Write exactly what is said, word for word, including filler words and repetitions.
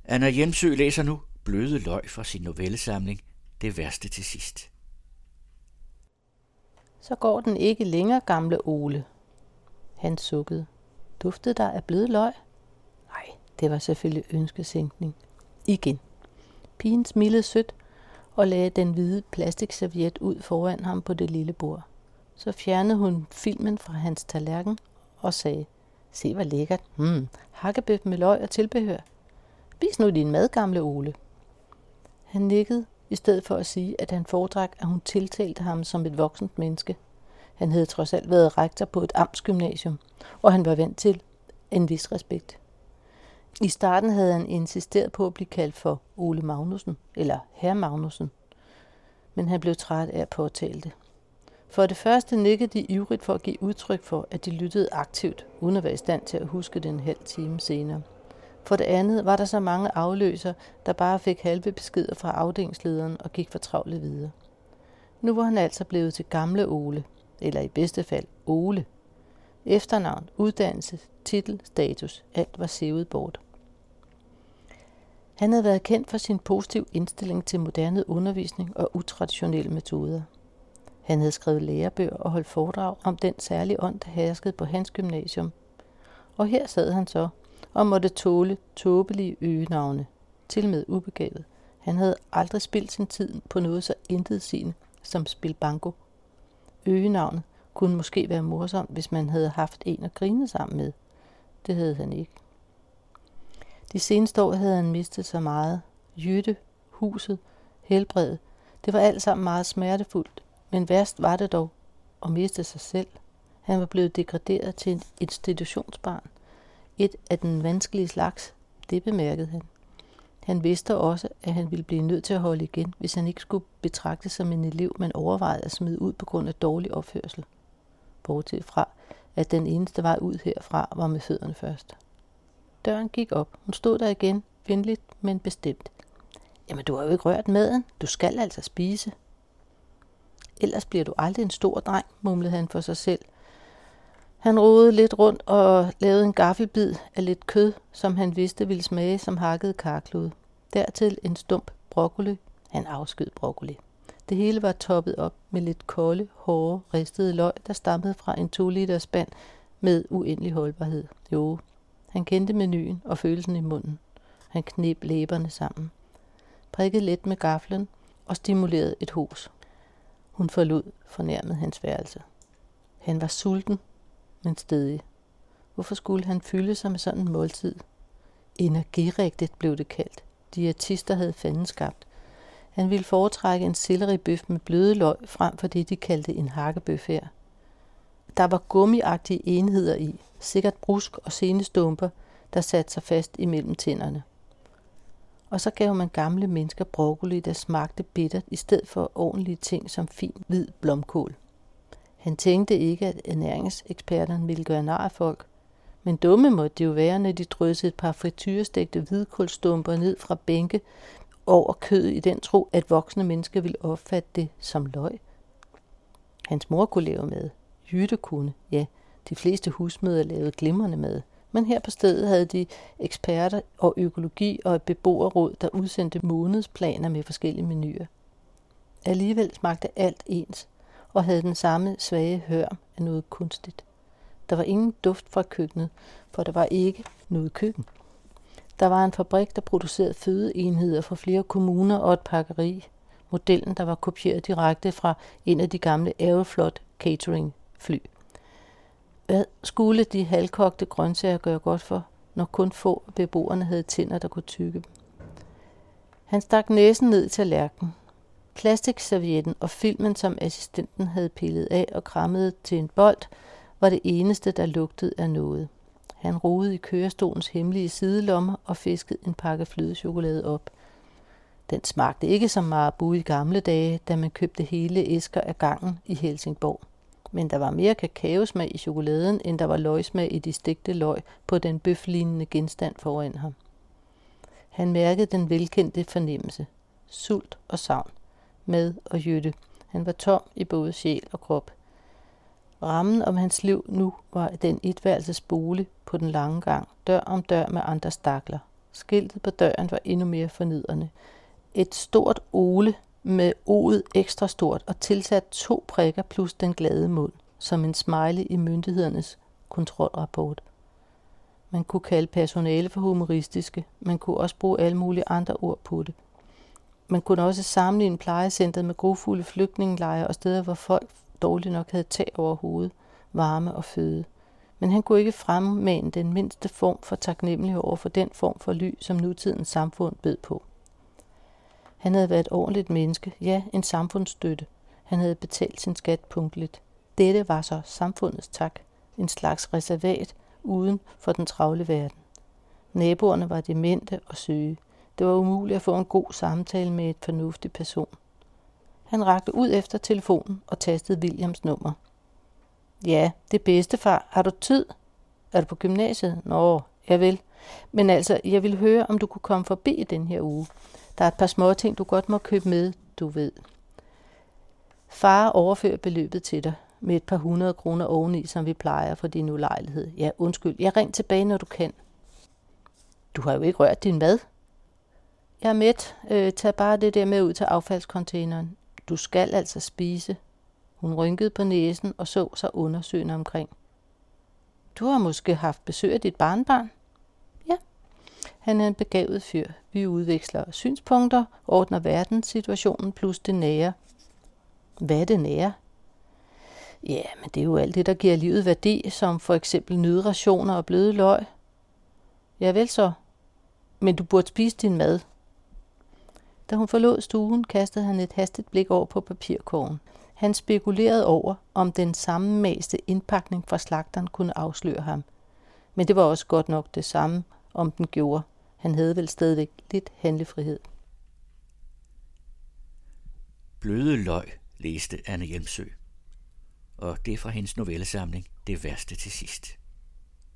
Anna Hjemsø læser nu Bløde løg fra sin novellesamling Det værste til sidst. Så går den ikke længere, gamle Ole. Han sukkede. Duftede der af bløde løg? Nej, det var selvfølgelig ønskesænkning. Igen. Pigen smilede sødt og lagde den hvide plastikserviet ud foran ham på det lille bord. Så fjernede hun filmen fra hans tallerken og sagde, se hvor lækkert, hmm, hakkebøf med løg og tilbehør. Spis nu din mad, gamle Ole. Han nikkede, i stedet for at sige, at han foretrak, at hun tiltalte ham som et voksent menneske. Han havde trods alt været rektor på et amtsgymnasium, og han var vant til en vis respekt. I starten havde han insisteret på at blive kaldt for Ole Magnussen, eller Herr Magnussen, men han blev træt af at påtale det. For det første nikkede de ivrigt for at give udtryk for, at de lyttede aktivt, uden at være i stand til at huske det en halv time senere. For det andet var der så mange afløser, der bare fik halve beskeder fra afdelingslederen og gik for travle videre. Nu var han altså blevet til gamle Ole, eller i bedste fald Ole. Efternavn, uddannelse, titel, status, alt var sivet bort. Han havde været kendt for sin positive indstilling til moderne undervisning og utraditionelle metoder. Han havde skrevet lærebøger og holdt foredrag om den særlige ånd, der herskede på hans gymnasium. Og her sad han så og måtte tåle tåbelige øgenavne, til med ubegavet. Han havde aldrig spildt sin tid på noget så intetsigende som spil banko. Øgenavnet kunne måske være morsomt, hvis man havde haft en at grine sammen med. Det havde han ikke. De seneste år havde han mistet så meget. Jytte, huset, helbredet. Det var alt sammen meget smertefuldt, men værst var det dog at miste sig selv. Han var blevet degraderet til et institutionsbarn. Et af den vanskelige slags, det bemærkede han. Han vidste også, at han ville blive nødt til at holde igen, hvis han ikke skulle betragtes som en elev, man overvejede at smide ud på grund af dårlig opførsel. Bortset fra, at den eneste vej ud herfra var med fødderne først. Døren gik op. Hun stod der igen, venligt, men bestemt. Jamen, du har jo ikke rørt maden. Du skal altså spise. Ellers bliver du aldrig en stor dreng, mumlede han for sig selv. Han rodede lidt rundt og lavede en gaffelbid af lidt kød, som han vidste ville smage som hakket karklud. Dertil en stump broccoli. Han afskød broccoli. Det hele var toppet op med lidt kolde, hårde, ristede løg, der stammede fra en to liter spand med uendelig holdbarhed. Jo, han kendte menuen og følelsen i munden. Han kneb læberne sammen, prikkede let med gaflen og stimulerede et hos. Hun forlod fornærmet hans værelse. Han var sulten, men stædig. Hvorfor skulle han fylde sig med sådan en måltid? Energirigtigt blev det kaldt. Diætister havde fanden skabt. Han ville foretrække en selleribøf med bløde løg frem for det, de kaldte en hakkebøf her. Der var gummiagtige enheder i, sikkert brusk og senestumper, der satte sig fast imellem tænderne. Og så gav man gamle mennesker broccoli, der smagte bittert, i stedet for ordentlige ting som fin, hvid blomkål. Han tænkte ikke, at ernæringseksperterne ville gøre nar af folk, men dumme måtte de jo være, når de dryssede et par frityrestegte hvidkålstumper ned fra bænke over kød i den tro, at voksne mennesker ville opfatte det som løg. Hans mor kunne lave mad. Jytte kunne, ja, de fleste husmødre lavede glimrende mad. Men her på stedet havde de eksperter og økologi og et beboerråd, der udsendte månedsplaner med forskellige menuer. Alligevel smagte alt ens, og havde den samme svage hørm af noget kunstigt. Der var ingen duft fra køkkenet, for der var ikke noget køkken. Der var en fabrik, der producerede fødeenheder fra flere kommuner og et pakkeri. Modellen, der var kopieret direkte fra en af de gamle Aeroflot catering-fly. Hvad skulle de halvkogte grøntsager gøre godt for, når kun få af beboerne havde tænder, der kunne tygge dem? Han stak næsen ned i tallerkenen. Plastikservietten og filmen, som assistenten havde pillet af og krammede til en bold, var det eneste, der lugtede af noget. Han rodede i kørestolens hemmelige sidelommer og fiskede en pakke flødechokolade op. Den smagte ikke som Marabou i gamle dage, da man købte hele æsker af gangen i Helsingborg. Men der var mere kakaosmag i chokoladen, end der var løgsmag i de stegte løg på den bøflignende genstand foran ham. Han mærkede den velkendte fornemmelse. Sult og savn. Mad og Jytte. Han var tom i både sjæl og krop. Rammen om hans liv nu var den etværelses bolig på den lange gang, dør om dør med andre stakler. Skiltet på døren var endnu mere fornedrende. Et stort Ole med O'et ekstra stort og tilsat to prikker plus den glade mund, som en smiley i myndighedernes kontrolrapport. Man kunne kalde personale for humoristiske. Man kunne også bruge alle mulige andre ord på det. Man kunne også sammenligne plejecentret med grufulde flygtningelejre og steder, hvor folk dårligt nok havde tag over hovedet, varme og føde. Men han kunne ikke fremmane den mindste form for taknemmelighed over for den form for ly, som nutidens samfund bød på. Han havde været et ordentligt menneske, ja, en samfundsstøtte. Han havde betalt sin skat punktligt. Dette var så samfundets tak, en slags reservat uden for den travle verden. Naboerne var demente og syge. Det var umuligt at få en god samtale med et fornuftig person. Han rakte ud efter telefonen og tastede Williams nummer. Ja, det bedste, far. Har du tid? Er du på gymnasiet? Nå, jeg vil. Men altså, jeg vil høre, om du kunne komme forbi i den her uge. Der er et par små ting, du godt må købe med, du ved. Far overfører beløbet til dig med et par hundrede kroner oveni, som vi plejer for din ulejlighed. Ja, undskyld. Jeg ring tilbage, når du kan. Du har jo ikke rørt din mad. Jeg er mæt. Øh, tag bare det der med ud til affaldscontaineren. Du skal altså spise. Hun rynkede på næsen og så sig undersøgende omkring. Du har måske haft besøg af dit barnbarn? Ja. Han er en begavet fyr. Vi udveksler synspunkter, ordner verdenssituationen plus det nære. Hvad er det nære? Ja, men det er jo alt det, der giver livet værdi, som for eksempel nødrationer og bløde løg. Ja, vel så. Men du burde spise din mad. Da hun forlod stuen, kastede han et hastigt blik over på papirkurven. Han spekulerede over, om den sammenmæste indpakning fra slagteren kunne afsløre ham. Men det var også godt nok det samme, om den gjorde. Han havde vel stadigvæk lidt handlefrihed. Bløde løg, læste Anne Hjælmsø. Og det er fra hendes novellesamling Det værste til sidst.